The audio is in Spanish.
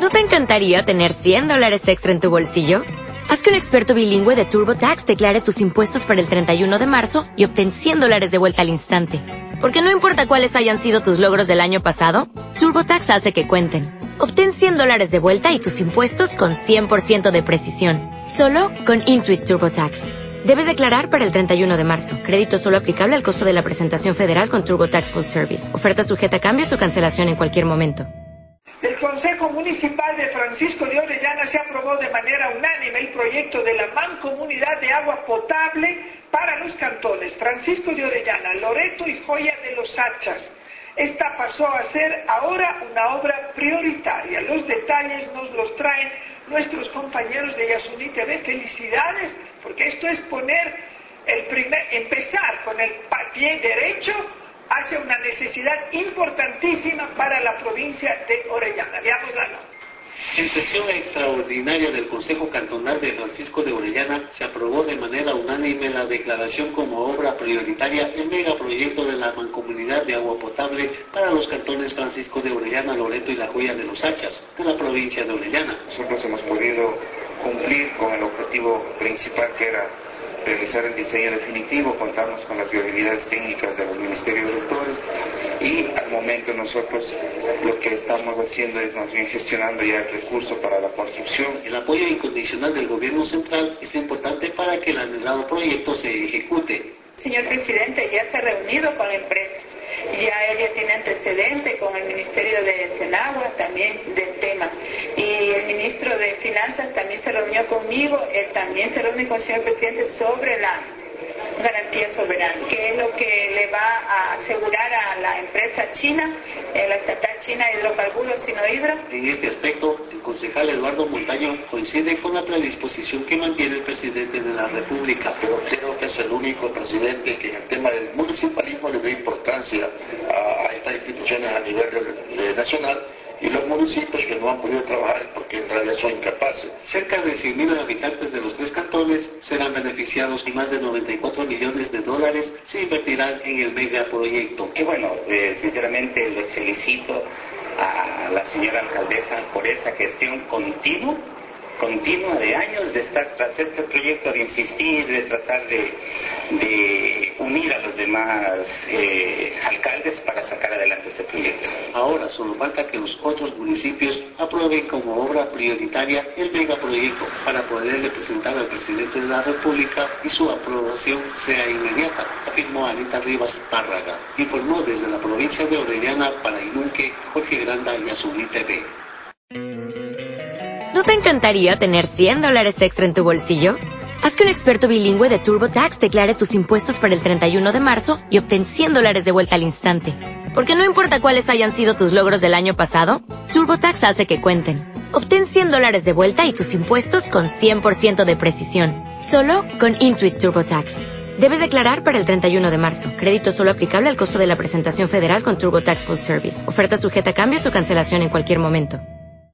¿No te encantaría tener $100 extra en tu bolsillo? Haz que un experto bilingüe de TurboTax declare tus impuestos para el 31 de marzo y obtén $100 de vuelta al instante. Porque no importa cuáles hayan sido tus logros del año pasado, TurboTax hace que cuenten. Obtén $100 de vuelta y tus impuestos con 100% de precisión. Solo con Intuit TurboTax. Debes declarar para el 31 de marzo. Crédito solo aplicable al costo de la presentación federal con TurboTax Full Service. Oferta sujeta a cambios o cancelación en cualquier momento. El Consejo Municipal de Francisco de Orellana se aprobó de manera unánime el proyecto de la Mancomunidad de Agua Potable para los cantones Francisco de Orellana, Loreto y Joya de los Hachas. Esta pasó a ser ahora una obra prioritaria. Los detalles nos los traen nuestros compañeros de Yasuní TV. Felicidades, porque esto es empezar con el pie derecho hacia una necesidad importantísima para la provincia de Orellana. Veamos la nota. En sesión extraordinaria del Consejo Cantonal de Francisco de Orellana se aprobó de manera unánime la declaración como obra prioritaria el megaproyecto de la Mancomunidad de Agua Potable para los cantones Francisco de Orellana, Loreto y La Joya de los Hachas de la provincia de Orellana. Nosotros hemos podido cumplir con el objetivo principal, que era realizar el diseño definitivo. Contamos con las viabilidades técnicas de los ministerios directores y al momento nosotros lo que estamos haciendo es más bien gestionando ya el recurso para la construcción. El apoyo incondicional del gobierno central es importante para que el anhelado proyecto se ejecute. Señor presidente, ya se ha reunido con la empresa. Ya ella tiene antecedente con el Ministerio de Senagua también del tema. Y el ministro de Finanzas también se reunió conmigo, él también se reúne con el señor presidente sobre la garantía soberana, que es lo que le va a asegurar a la empresa china, la estatal china de hidrocarburos Sinohidro. En este aspecto, el concejal Eduardo Montaño coincide con la predisposición que mantiene el presidente de la República. Pero creo que es el único presidente que en el tema del municipalismo le da importancia a estas instituciones a nivel nacional, y los municipios que no han podido trabajar porque en realidad son incapaces. Cerca de 100.000 habitantes de los tres cantones serán beneficiados y más de $94 millones se invertirán en el megaproyecto. Que bueno, sinceramente le felicito a la señora alcaldesa por esa gestión continua de años de estar tras este proyecto, de insistir, de tratar de unir a los demás alcaldes para sacar adelante este proyecto. Ahora solo falta que los otros municipios aprueben como obra prioritaria el megaproyecto para poderle presentar al presidente de la República y su aprobación sea inmediata, afirmó Anita Rivas Párraga. Informó desde la provincia de Orellana para Inunque, Jorge Granda, Yasuní TV. ¿No te encantaría tener $100 extra en tu bolsillo? Haz que un experto bilingüe de TurboTax declare tus impuestos para el 31 de marzo y obtén $100 de vuelta al instante. Porque no importa cuáles hayan sido tus logros del año pasado, TurboTax hace que cuenten. Obtén $100 de vuelta y tus impuestos con 100% de precisión. Solo con Intuit TurboTax. Debes declarar para el 31 de marzo. Crédito solo aplicable al costo de la presentación federal con TurboTax Full Service. Oferta sujeta a cambios o cancelación en cualquier momento.